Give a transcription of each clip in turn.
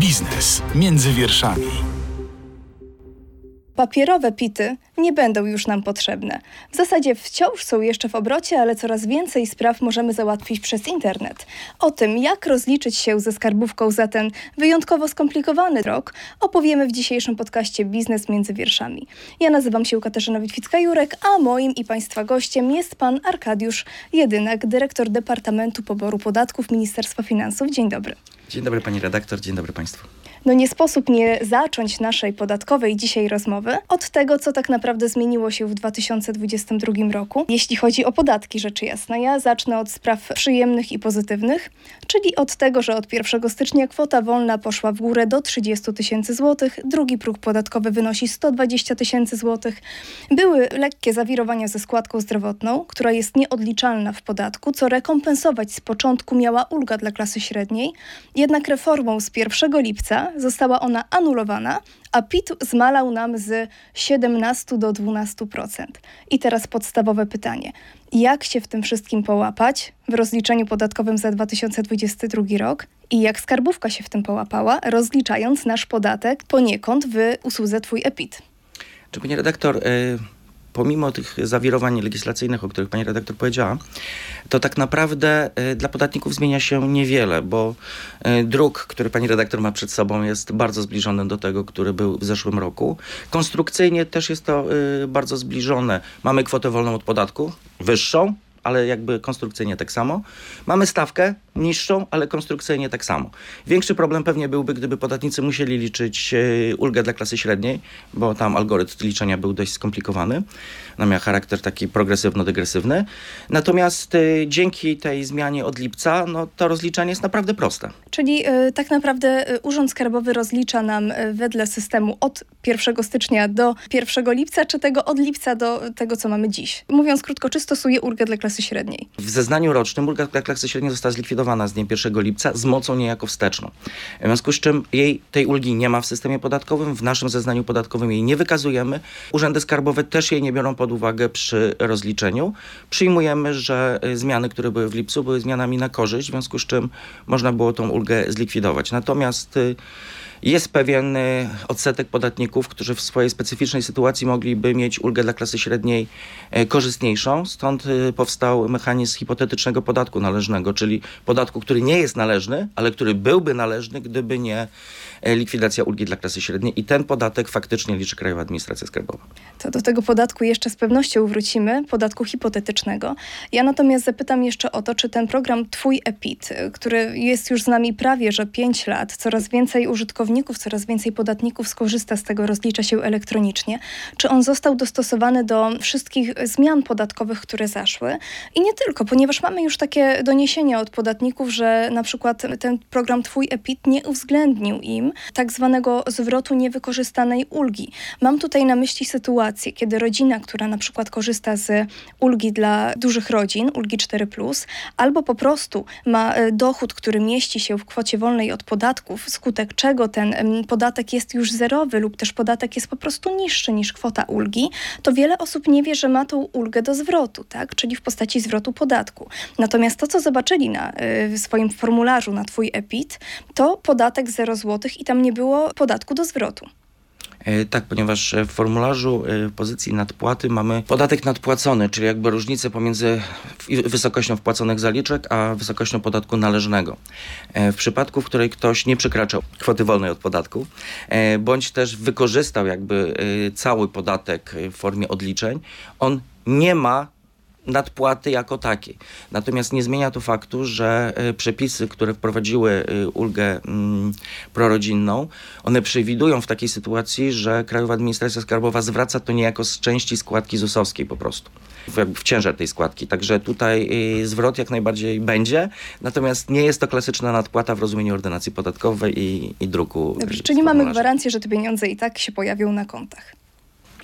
Biznes między wierszami. Papierowe PIT-y nie będą już nam potrzebne. W zasadzie wciąż są jeszcze w obrocie, ale coraz więcej spraw możemy załatwić przez internet. O tym, jak rozliczyć się ze skarbówką za ten wyjątkowo skomplikowany rok, opowiemy w dzisiejszym podcaście Biznes między wierszami. Ja nazywam się Katarzyna Witwicka-Jurek, a moim i Państwa gościem jest pan Arkadiusz Jedynak, dyrektor Departamentu Poboru Podatków Ministerstwa Finansów. Dzień dobry. Dzień dobry pani redaktor, dzień dobry państwu. No nie sposób nie zacząć naszej podatkowej dzisiaj rozmowy od tego, co tak naprawdę zmieniło się w 2022 roku, jeśli chodzi o podatki, rzecz jasna. Ja zacznę od spraw przyjemnych i pozytywnych, czyli od tego, że od 1 stycznia kwota wolna poszła w górę do 30 000 złotych, drugi próg podatkowy wynosi 120 000 złotych. Były lekkie zawirowania ze składką zdrowotną, która jest nieodliczalna w podatku, co rekompensować z początku miała ulga dla klasy średniej, jednak reformą z 1 lipca została ona anulowana, a PIT zmalał nam z 17 do 12%. I teraz podstawowe pytanie. Jak się w tym wszystkim połapać w rozliczeniu podatkowym za 2022 rok i jak skarbówka się w tym połapała, rozliczając nasz podatek poniekąd w usłudze Twój e-PIT? Czy pani redaktor, pomimo tych zawirowań legislacyjnych, o których pani redaktor powiedziała, to tak naprawdę dla podatników zmienia się niewiele, bo druk, który pani redaktor ma przed sobą, jest bardzo zbliżony do tego, który był w zeszłym roku. Konstrukcyjnie też jest to bardzo zbliżone. Mamy kwotę wolną od podatku, wyższą, ale jakby konstrukcyjnie tak samo. Mamy stawkę niższą, ale konstrukcyjnie tak samo. Większy problem pewnie byłby, gdyby podatnicy musieli liczyć ulgę dla klasy średniej, bo tam algorytm liczenia był dość skomplikowany. Ona miała charakter taki progresywno-degresywny. Natomiast dzięki tej zmianie od lipca, no to rozliczanie jest naprawdę proste. Czyli tak naprawdę Urząd Skarbowy rozlicza nam wedle systemu od 1 stycznia do 1 lipca, czy tego od lipca do tego, co mamy dziś? Mówiąc krótko, czy stosuje ulgę dla klasy średniej? W zeznaniu rocznym ulga dla klasy średniej została zlikwidowana z dniem 1 lipca z mocą niejako wsteczną. W związku z czym tej ulgi nie ma w systemie podatkowym, w naszym zeznaniu podatkowym jej nie wykazujemy. Urzędy skarbowe też jej nie biorą pod uwagę przy rozliczeniu. Przyjmujemy, że zmiany, które były w lipcu, były zmianami na korzyść, w związku z czym można było tą ulgę zlikwidować. Natomiast jest pewien odsetek podatników, którzy w swojej specyficznej sytuacji mogliby mieć ulgę dla klasy średniej korzystniejszą. Stąd powstał mechanizm hipotetycznego podatku należnego, czyli podatku, który nie jest należny, ale który byłby należny, gdyby nie likwidacja ulgi dla klasy średniej. I ten podatek faktycznie liczy Krajowa Administracja Skarbowa. To do tego podatku jeszcze z pewnością wrócimy, podatku hipotetycznego. Ja natomiast zapytam jeszcze o to, czy ten program Twój e-PIT, który jest już z nami prawie że 5 lat, coraz więcej użytkowników, coraz więcej podatników skorzysta z tego, rozlicza się elektronicznie. Czy on został dostosowany do wszystkich zmian podatkowych, które zaszły? I nie tylko, ponieważ mamy już takie doniesienia od podatników, że na przykład ten program Twój e-PIT nie uwzględnił im tak zwanego zwrotu niewykorzystanej ulgi. Mam tutaj na myśli sytuację, kiedy rodzina, która na przykład korzysta z ulgi dla dużych rodzin, ulgi 4+, albo po prostu ma dochód, który mieści się w kwocie wolnej od podatków, wskutek czego ten podatek jest już zerowy lub też podatek jest po prostu niższy niż kwota ulgi, to wiele osób nie wie, że ma tą ulgę do zwrotu, tak? Czyli w postaci zwrotu podatku. Natomiast to, co zobaczyli w swoim formularzu na Twój e-PIT, to podatek 0 zł i tam nie było podatku do zwrotu. Tak, ponieważ w formularzu w pozycji nadpłaty mamy podatek nadpłacony, czyli jakby różnicę pomiędzy wysokością wpłaconych zaliczek, a wysokością podatku należnego. W przypadku, w której ktoś nie przekraczał kwoty wolnej od podatku, bądź też wykorzystał jakby cały podatek w formie odliczeń, on nie ma nadpłaty jako takiej. Natomiast nie zmienia to faktu, że przepisy, które wprowadziły ulgę prorodzinną, one przewidują w takiej sytuacji, że Krajowa Administracja Skarbowa zwraca to niejako z części składki ZUS-owskiej po prostu. W ciężar tej składki. Także tutaj zwrot jak najbardziej będzie, natomiast nie jest to klasyczna nadpłata w rozumieniu ordynacji podatkowej i druku. Dobrze, czyli mamy gwarancję, że te pieniądze i tak się pojawią na kontach.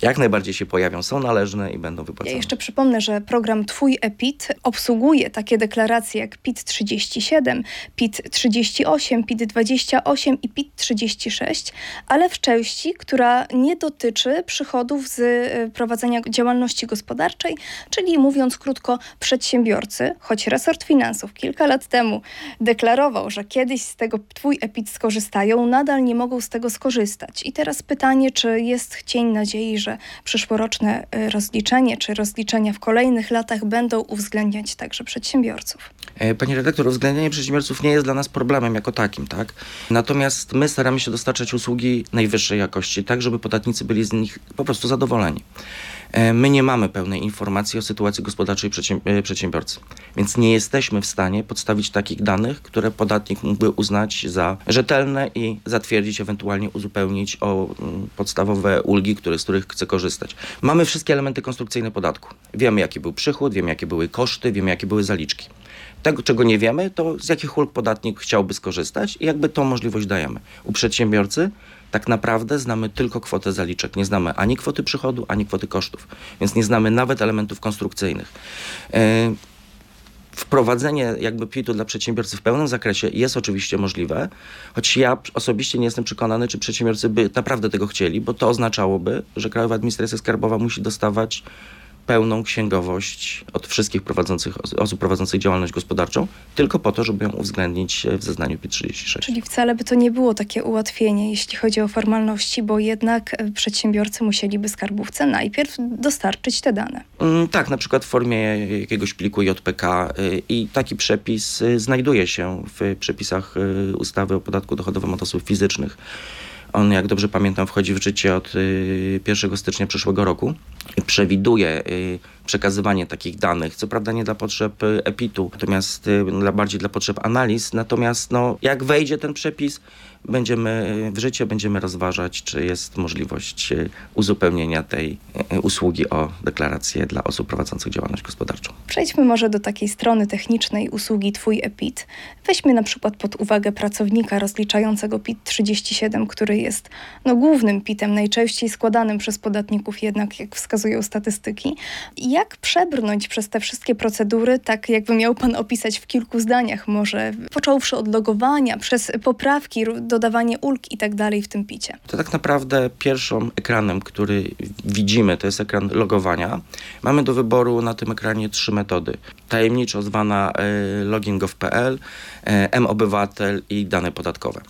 Jak najbardziej się pojawią, są należne i będą wypłacone. Ja jeszcze przypomnę, że program Twój e-PIT obsługuje takie deklaracje jak PIT-37, PIT-38, PIT-28 i PIT-36, ale w części, która nie dotyczy przychodów z prowadzenia działalności gospodarczej, czyli mówiąc krótko przedsiębiorcy, choć resort finansów kilka lat temu deklarował, że kiedyś z tego Twój e-PIT skorzystają, nadal nie mogą z tego skorzystać. I teraz pytanie, czy jest cień nadziei, że przyszłoroczne rozliczenie, czy rozliczenia w kolejnych latach będą uwzględniać także przedsiębiorców? Pani redaktor, uwzględnienie przedsiębiorców nie jest dla nas problemem jako takim, tak? Natomiast my staramy się dostarczać usługi najwyższej jakości, tak żeby podatnicy byli z nich po prostu zadowoleni. My nie mamy pełnej informacji o sytuacji gospodarczej przedsiębiorcy, więc nie jesteśmy w stanie podstawić takich danych, które podatnik mógłby uznać za rzetelne i zatwierdzić, ewentualnie uzupełnić o podstawowe ulgi, z których chce korzystać. Mamy wszystkie elementy konstrukcyjne podatku. Wiemy, jaki był przychód, wiemy, jakie były koszty, wiemy, jakie były zaliczki. Tego, czego nie wiemy, to z jakich ulg podatnik chciałby skorzystać i jakby tą możliwość dajemy. U przedsiębiorcy tak naprawdę znamy tylko kwotę zaliczek. Nie znamy ani kwoty przychodu, ani kwoty kosztów. Więc nie znamy nawet elementów konstrukcyjnych. Wprowadzenie jakby PIT-u dla przedsiębiorcy w pełnym zakresie jest oczywiście możliwe, choć ja osobiście nie jestem przekonany, czy przedsiębiorcy by naprawdę tego chcieli, bo to oznaczałoby, że Krajowa Administracja Skarbowa musi dostawać pełną księgowość od wszystkich osób prowadzących działalność gospodarczą, tylko po to, żeby ją uwzględnić w zeznaniu PIT-36. Czyli wcale by to nie było takie ułatwienie, jeśli chodzi o formalności, bo jednak przedsiębiorcy musieliby skarbówce najpierw dostarczyć te dane. Tak, na przykład w formie jakiegoś pliku JPK i taki przepis znajduje się w przepisach ustawy o podatku dochodowym od osób fizycznych. On, jak dobrze pamiętam, wchodzi w życie od 1 stycznia przyszłego roku i przewiduje przekazywanie takich danych, co prawda nie dla potrzeb e-PIT-u, natomiast bardziej dla potrzeb analiz. Natomiast jak wejdzie ten przepis, w życie będziemy rozważać, czy jest możliwość uzupełnienia tej usługi o deklarację dla osób prowadzących działalność gospodarczą. Przejdźmy może do takiej strony technicznej usługi Twój e-PIT. Weźmy na przykład pod uwagę pracownika rozliczającego PIT-37, który jest głównym PIT-em, najczęściej składanym przez podatników jednak, jak wskazują statystyki. Jak przebrnąć przez te wszystkie procedury, tak jakby miał Pan opisać w kilku zdaniach może, począwszy od logowania, przez poprawki, dodawanie ulg i tak dalej w tym PIT-cie? To tak naprawdę pierwszym ekranem, który widzimy, to jest ekran logowania. Mamy do wyboru na tym ekranie 3 metody. Tajemniczo zwana login.gov.pl, mObywatel i dane podatkowe.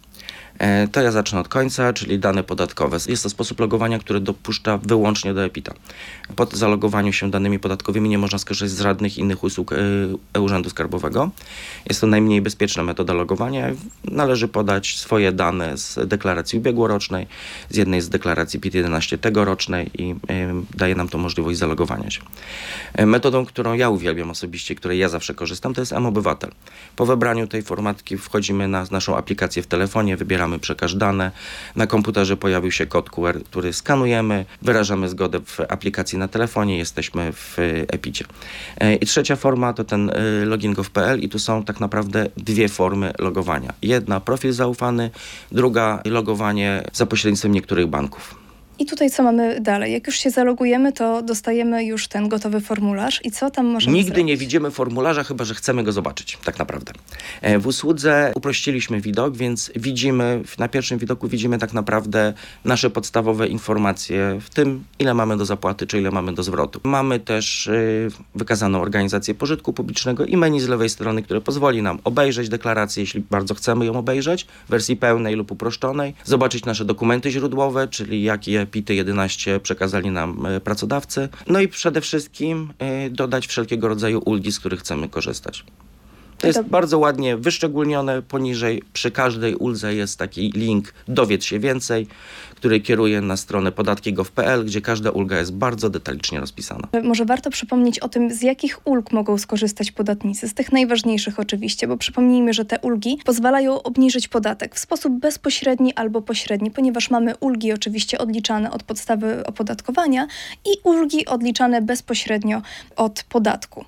To ja zacznę od końca, czyli dane podatkowe. Jest to sposób logowania, który dopuszcza wyłącznie do e-PIT-a. Po zalogowaniu się danymi podatkowymi nie można skorzystać z żadnych innych usług Urzędu Skarbowego. Jest to najmniej bezpieczna metoda logowania. Należy podać swoje dane z deklaracji ubiegłorocznej, z jednej z deklaracji PIT-11 tegorocznej i daje nam to możliwość zalogowania się. Metodą, którą ja uwielbiam osobiście, której ja zawsze korzystam, to jest mObywatel. Po wybraniu tej formatki wchodzimy na naszą aplikację w telefonie, wybieramy przekaż dane. Na komputerze pojawił się kod QR, który skanujemy, wyrażamy zgodę w aplikacji na telefonie, jesteśmy w e-PIT-cie. I trzecia forma to ten login.gov.pl i tu są tak naprawdę 2 formy logowania. Jedna profil zaufany, druga logowanie za pośrednictwem niektórych banków. I tutaj co mamy dalej? Jak już się zalogujemy, to dostajemy już ten gotowy formularz i co tam możemy Nigdy zrobić? nie widzimy formularza, chyba że chcemy go zobaczyć, tak naprawdę. W usłudze uprościliśmy widok, więc na pierwszym widoku widzimy tak naprawdę nasze podstawowe informacje, w tym ile mamy do zapłaty, czy ile mamy do zwrotu. Mamy też wykazaną organizację pożytku publicznego i menu z lewej strony, które pozwoli nam obejrzeć deklarację, jeśli bardzo chcemy ją obejrzeć, w wersji pełnej lub uproszczonej, zobaczyć nasze dokumenty źródłowe, czyli jakie PIT-11 przekazali nam pracodawcy. No i przede wszystkim dodać wszelkiego rodzaju ulgi, z których chcemy korzystać. To jest bardzo ładnie wyszczególnione. Poniżej przy każdej uldze jest taki link "Dowiedz się więcej", który kieruje na stronę podatki.gov.pl, gdzie każda ulga jest bardzo detalicznie rozpisana. Może warto przypomnieć o tym, z jakich ulg mogą skorzystać podatnicy. Z tych najważniejszych oczywiście, bo przypomnijmy, że te ulgi pozwalają obniżyć podatek w sposób bezpośredni albo pośredni, ponieważ mamy ulgi oczywiście odliczane od podstawy opodatkowania i ulgi odliczane bezpośrednio od podatku.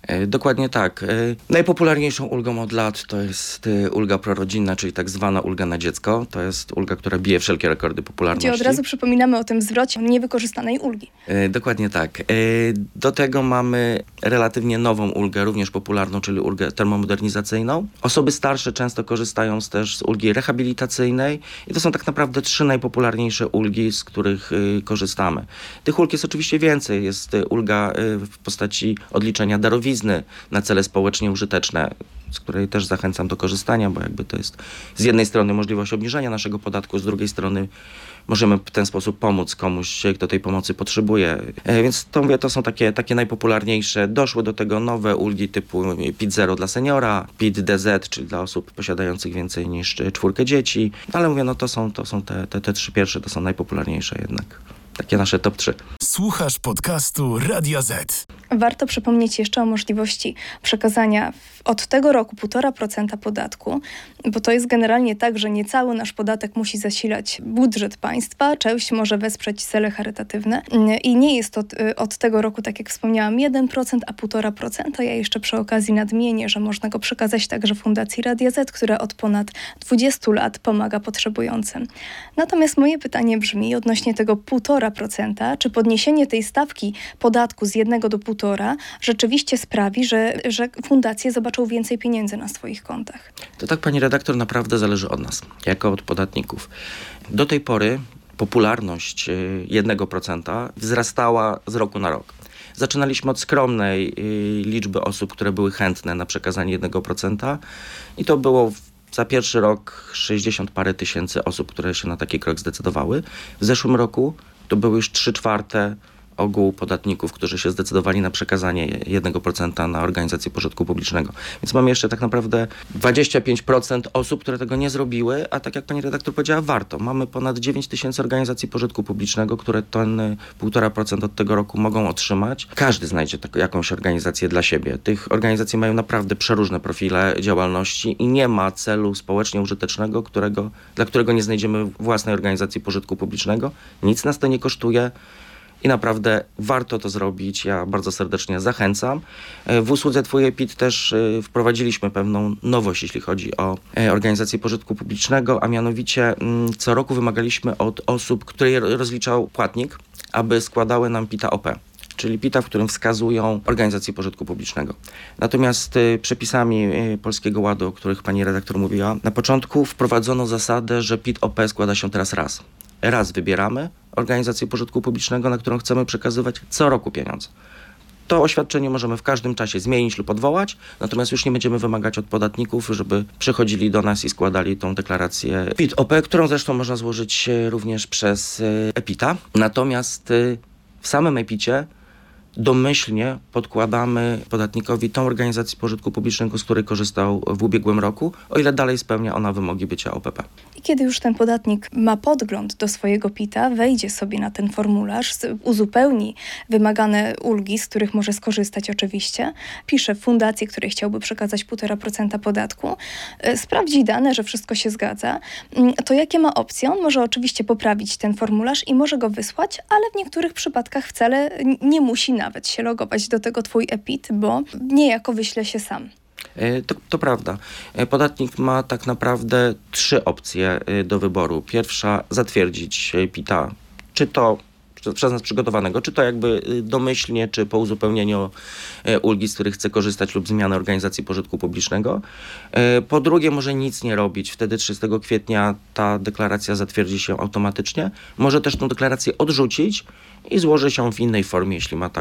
Dokładnie tak. Najpopularniejszą ulgą od lat to jest ulga prorodzinna, czyli tak zwana ulga na dziecko. To jest ulga, która bije wszelkie rekordy popularności. Gdzie od razu przypominamy o tym zwrocie niewykorzystanej ulgi. Dokładnie tak. Do tego mamy relatywnie nową ulgę, również popularną, czyli ulgę termomodernizacyjną. Osoby starsze często korzystają też z ulgi rehabilitacyjnej i to są tak naprawdę 3 najpopularniejsze ulgi, z których korzystamy. Tych ulg jest oczywiście więcej. Jest ulga w postaci odliczenia darowizny na cele społecznie użyteczne, z której też zachęcam do korzystania, bo jakby to jest z jednej strony możliwość obniżenia naszego podatku, z drugiej strony możemy w ten sposób pomóc komuś, kto tej pomocy potrzebuje. Więc to mówię, to są takie najpopularniejsze. Doszły do tego nowe ulgi typu PIT-0 dla seniora, PIT-DZ, czyli dla osób posiadających więcej niż 4 dzieci. Ale mówię, no to są te 3 pierwsze, to są najpopularniejsze jednak. Takie nasze top 3. Słuchasz podcastu Radia Z. Warto przypomnieć jeszcze o możliwości przekazania od tego roku 1,5% podatku, bo to jest generalnie tak, że nie cały nasz podatek musi zasilać budżet państwa, część może wesprzeć cele charytatywne i nie jest to od tego roku, tak jak wspomniałam, 1%, a 1,5%. Ja jeszcze przy okazji nadmienię, że można go przekazać także Fundacji Radia Z, która od ponad 20 lat pomaga potrzebującym. Natomiast moje pytanie brzmi odnośnie tego 1,5%, czy podniesienie tej stawki podatku z 1 do 1,5 rzeczywiście sprawi, że fundacje zobaczą więcej pieniędzy na swoich kontach? To tak, pani redaktor, naprawdę zależy od nas, jako od podatników. Do tej pory popularność 1% wzrastała z roku na rok. Zaczynaliśmy od skromnej liczby osób, które były chętne na przekazanie 1% i to było za pierwszy rok 60 parę tysięcy osób, które się na taki krok zdecydowały. W zeszłym roku to były już 3/4 ogółu podatników, którzy się zdecydowali na przekazanie 1% na organizację pożytku publicznego. Więc mamy jeszcze tak naprawdę 25% osób, które tego nie zrobiły, a tak jak pani redaktor powiedziała, warto. Mamy ponad 9 tysięcy organizacji pożytku publicznego, które ten 1,5% od tego roku mogą otrzymać. Każdy znajdzie jakąś organizację dla siebie. Tych organizacji mają naprawdę przeróżne profile działalności i nie ma celu społecznie użytecznego, dla którego nie znajdziemy własnej organizacji pożytku publicznego. Nic nas to nie kosztuje. I naprawdę warto to zrobić. Ja bardzo serdecznie zachęcam. W usłudze Twój e-PIT też wprowadziliśmy pewną nowość, jeśli chodzi o organizację pożytku publicznego, a mianowicie co roku wymagaliśmy od osób, które rozliczał płatnik, aby składały nam PIT-a OP. Czyli PIT-a, w którym wskazują organizację pożytku publicznego. Natomiast przepisami Polskiego Ładu, o których pani redaktor mówiła, na początku wprowadzono zasadę, że PIT OP składa się teraz raz. Raz wybieramy organizację pożytku publicznego, na którą chcemy przekazywać co roku pieniądze. To oświadczenie możemy w każdym czasie zmienić lub odwołać, natomiast już nie będziemy wymagać od podatników, żeby przychodzili do nas i składali tą deklarację PIT-OP, którą zresztą można złożyć również przez e-PIT-a. Natomiast w samym e-PIT-cie domyślnie podkładamy podatnikowi tą organizację pożytku publicznego, z której korzystał w ubiegłym roku, o ile dalej spełnia ona wymogi bycia OPP. I kiedy już ten podatnik ma podgląd do swojego PIT-a, wejdzie sobie na ten formularz, uzupełni wymagane ulgi, z których może skorzystać oczywiście, pisze fundację, której chciałby przekazać 1,5% podatku, sprawdzi dane, że wszystko się zgadza, to jakie ma opcje? On może oczywiście poprawić ten formularz i może go wysłać, ale w niektórych przypadkach wcale nie musi nawet się logować do tego Twój e-PIT, bo niejako wyśle się sam. To prawda. Podatnik ma tak naprawdę 3 opcje do wyboru. Pierwsza, zatwierdzić PIT-a, czy to przez nas przygotowanego, czy to jakby domyślnie, czy po uzupełnieniu ulgi, z których chce korzystać lub zmiany organizacji pożytku publicznego. Po drugie, może nic nie robić. Wtedy 30 kwietnia ta deklaracja zatwierdzi się automatycznie. Może też tą deklarację odrzucić i złoży się w innej formie, jeśli ma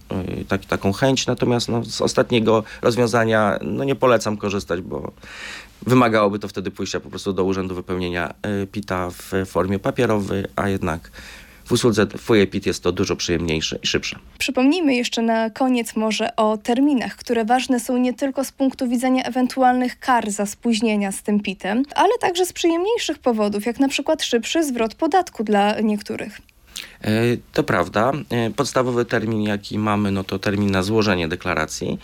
taką chęć. Natomiast z ostatniego rozwiązania nie polecam korzystać, bo wymagałoby to wtedy pójścia po prostu do urzędu wypełnienia PIT-a w formie papierowej, a jednak w usłudze Twój e-PIT jest to dużo przyjemniejsze i szybsze. Przypomnijmy jeszcze na koniec może o terminach, które ważne są nie tylko z punktu widzenia ewentualnych kar za spóźnienia z tym PIT-em, ale także z przyjemniejszych powodów, jak na przykład szybszy zwrot podatku dla niektórych. To prawda. Podstawowy termin, jaki mamy, to termin na złożenie deklaracji.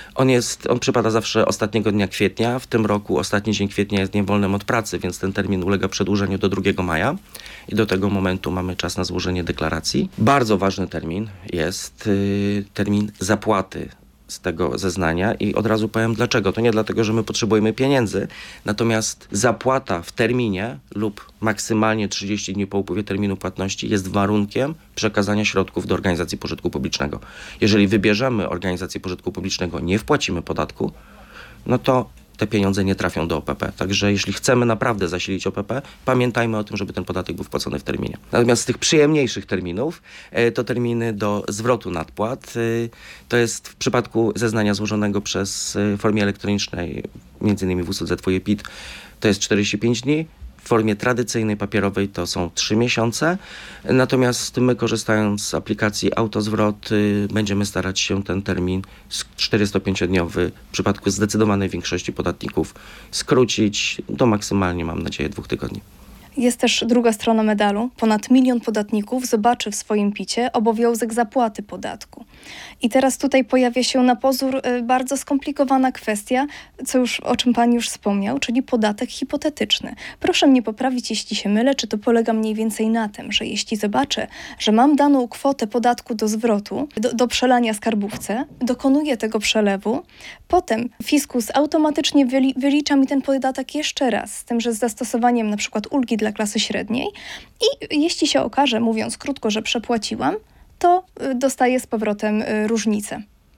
On przypada zawsze ostatniego dnia kwietnia. W tym roku ostatni dzień kwietnia jest dniem wolnym od pracy, więc ten termin ulega przedłużeniu do 2 maja i do tego momentu mamy czas na złożenie deklaracji. Bardzo ważny termin jest termin zapłaty z tego zeznania i od razu powiem dlaczego. To nie dlatego, że my potrzebujemy pieniędzy, natomiast zapłata w terminie lub maksymalnie 30 dni po upływie terminu płatności jest warunkiem przekazania środków do organizacji pożytku publicznego. Jeżeli wybierzemy organizację pożytku publicznego, nie wpłacimy podatku, no to te pieniądze nie trafią do OPP. Także jeśli chcemy naprawdę zasilić OPP, pamiętajmy o tym, żeby ten podatek był wpłacony w terminie. Natomiast z tych przyjemniejszych terminów, to terminy do zwrotu nadpłat. To jest w przypadku zeznania złożonego w formie elektronicznej, m.in. w usłudze Twój e-PIT, to jest 45 dni. W formie tradycyjnej, papierowej to są 3 miesiące. Natomiast my, korzystając z aplikacji Autozwrot, będziemy starać się ten termin 45-dniowy w przypadku zdecydowanej większości podatników skrócić do maksymalnie, mam nadzieję, 2 tygodni. Jest też druga strona medalu. Ponad 1 milion podatników zobaczy w swoim PIT-cie obowiązek zapłaty podatku. I teraz tutaj pojawia się na pozór bardzo skomplikowana kwestia, o czym Pan już wspomniał, czyli podatek hipotetyczny. Proszę mnie poprawić, jeśli się mylę, czy to polega mniej więcej na tym, że jeśli zobaczę, że mam daną kwotę podatku do zwrotu, do przelania skarbówce, dokonuję tego przelewu, potem fiskus automatycznie wylicza mi ten podatek jeszcze raz, z tym, że z zastosowaniem na przykład ulgi dla klasy średniej i jeśli się okaże, mówiąc krótko, że przepłaciłam, to dostaję z powrotem różnicę.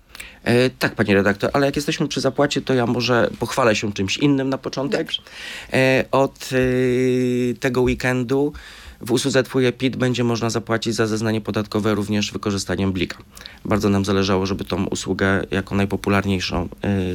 Tak, pani redaktor, ale jak jesteśmy przy zapłacie, to ja może pochwalę się czymś innym na początek. Od tego weekendu w usłudze Twój e-PIT będzie można zapłacić za zeznanie podatkowe również wykorzystaniem Blika. Bardzo nam zależało, żeby tą usługę jako najpopularniejszą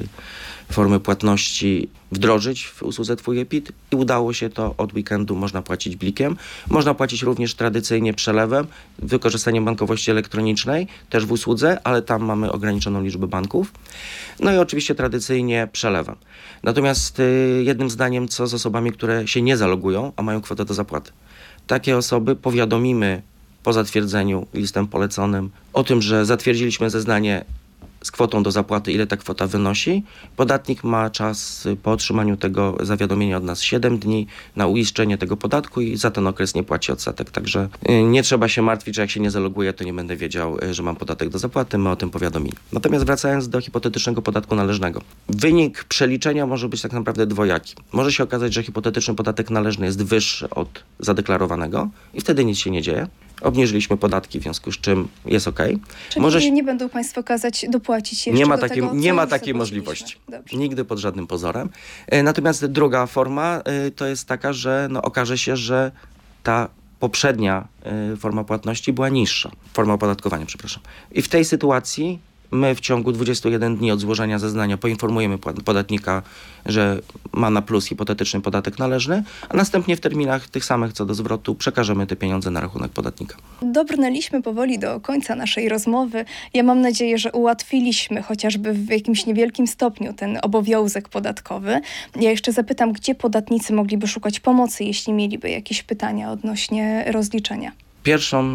formę płatności wdrożyć w usłudze Twój e-PIT i udało się to. Od weekendu można płacić Blikiem. Można płacić również tradycyjnie przelewem, wykorzystaniem bankowości elektronicznej, też w usłudze, ale tam mamy ograniczoną liczbę banków. No i oczywiście tradycyjnie przelewem. Natomiast jednym zdaniem, co z osobami, które się nie zalogują, a mają kwotę do zapłaty. Takie osoby powiadomimy po zatwierdzeniu listem poleconym o tym, że zatwierdziliśmy zeznanie z kwotą do zapłaty, ile ta kwota wynosi. Podatnik ma czas po otrzymaniu tego zawiadomienia od nas 7 dni na uiszczenie tego podatku i za ten okres nie płaci odsetek. Także nie trzeba się martwić, że jak się nie zaloguję, to nie będę wiedział, że mam podatek do zapłaty. My o tym powiadomimy. Natomiast wracając do hipotetycznego podatku należnego. Wynik przeliczenia może być tak naprawdę dwojaki. Może się okazać, że hipotetyczny podatek należny jest wyższy od zadeklarowanego i wtedy nic się nie dzieje. Obniżyliśmy podatki, w związku z czym jest ok. Czyli nie będą Państwo kazać dopłacić jeszcze nie ma takiej możliwości. Dobrze. Nigdy pod żadnym pozorem. Natomiast druga forma to jest taka, że okaże się, że ta poprzednia forma płatności była niższa. Forma opodatkowania, przepraszam. I w tej sytuacji my w ciągu 21 dni od złożenia zeznania poinformujemy podatnika, że ma na plus hipotetyczny podatek należny, a następnie w terminach tych samych co do zwrotu przekażemy te pieniądze na rachunek podatnika. Dobrnęliśmy powoli do końca naszej rozmowy. Ja mam nadzieję, że ułatwiliśmy chociażby w jakimś niewielkim stopniu ten obowiązek podatkowy. Ja jeszcze zapytam, gdzie podatnicy mogliby szukać pomocy, jeśli mieliby jakieś pytania odnośnie rozliczenia. Pierwszą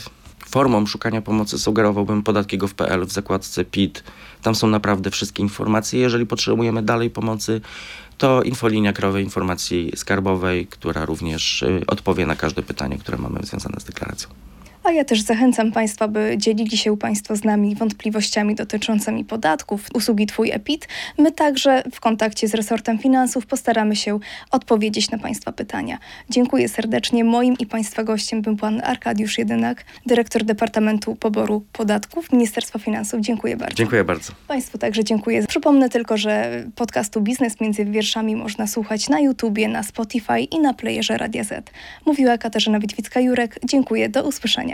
formą szukania pomocy sugerowałbym podatki.gov.pl w zakładce PIT. Tam są naprawdę wszystkie informacje. Jeżeli potrzebujemy dalej pomocy, to infolinia Krajowej Informacji Skarbowej, która również odpowie na każde pytanie, które mamy związane z deklaracją. A ja też zachęcam Państwa, by dzielili się Państwo z nami wątpliwościami dotyczącymi podatków, usługi Twój e-PIT. My także w kontakcie z resortem finansów postaramy się odpowiedzieć na Państwa pytania. Dziękuję serdecznie. Moim i Państwa gościem był Pan Arkadiusz Jedynak, dyrektor Departamentu Poboru Podatków Ministerstwa Finansów. Dziękuję bardzo. Dziękuję bardzo. Państwu także dziękuję. Przypomnę tylko, że podcastu Biznes między wierszami można słuchać na YouTubie, na Spotify i na playerze Radia Z. Mówiła Katarzyna Witwicka-Jurek. Dziękuję. Do usłyszenia.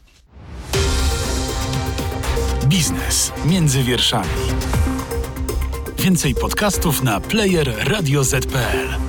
Biznes między wierszami. Więcej podcastów na player radioz.pl.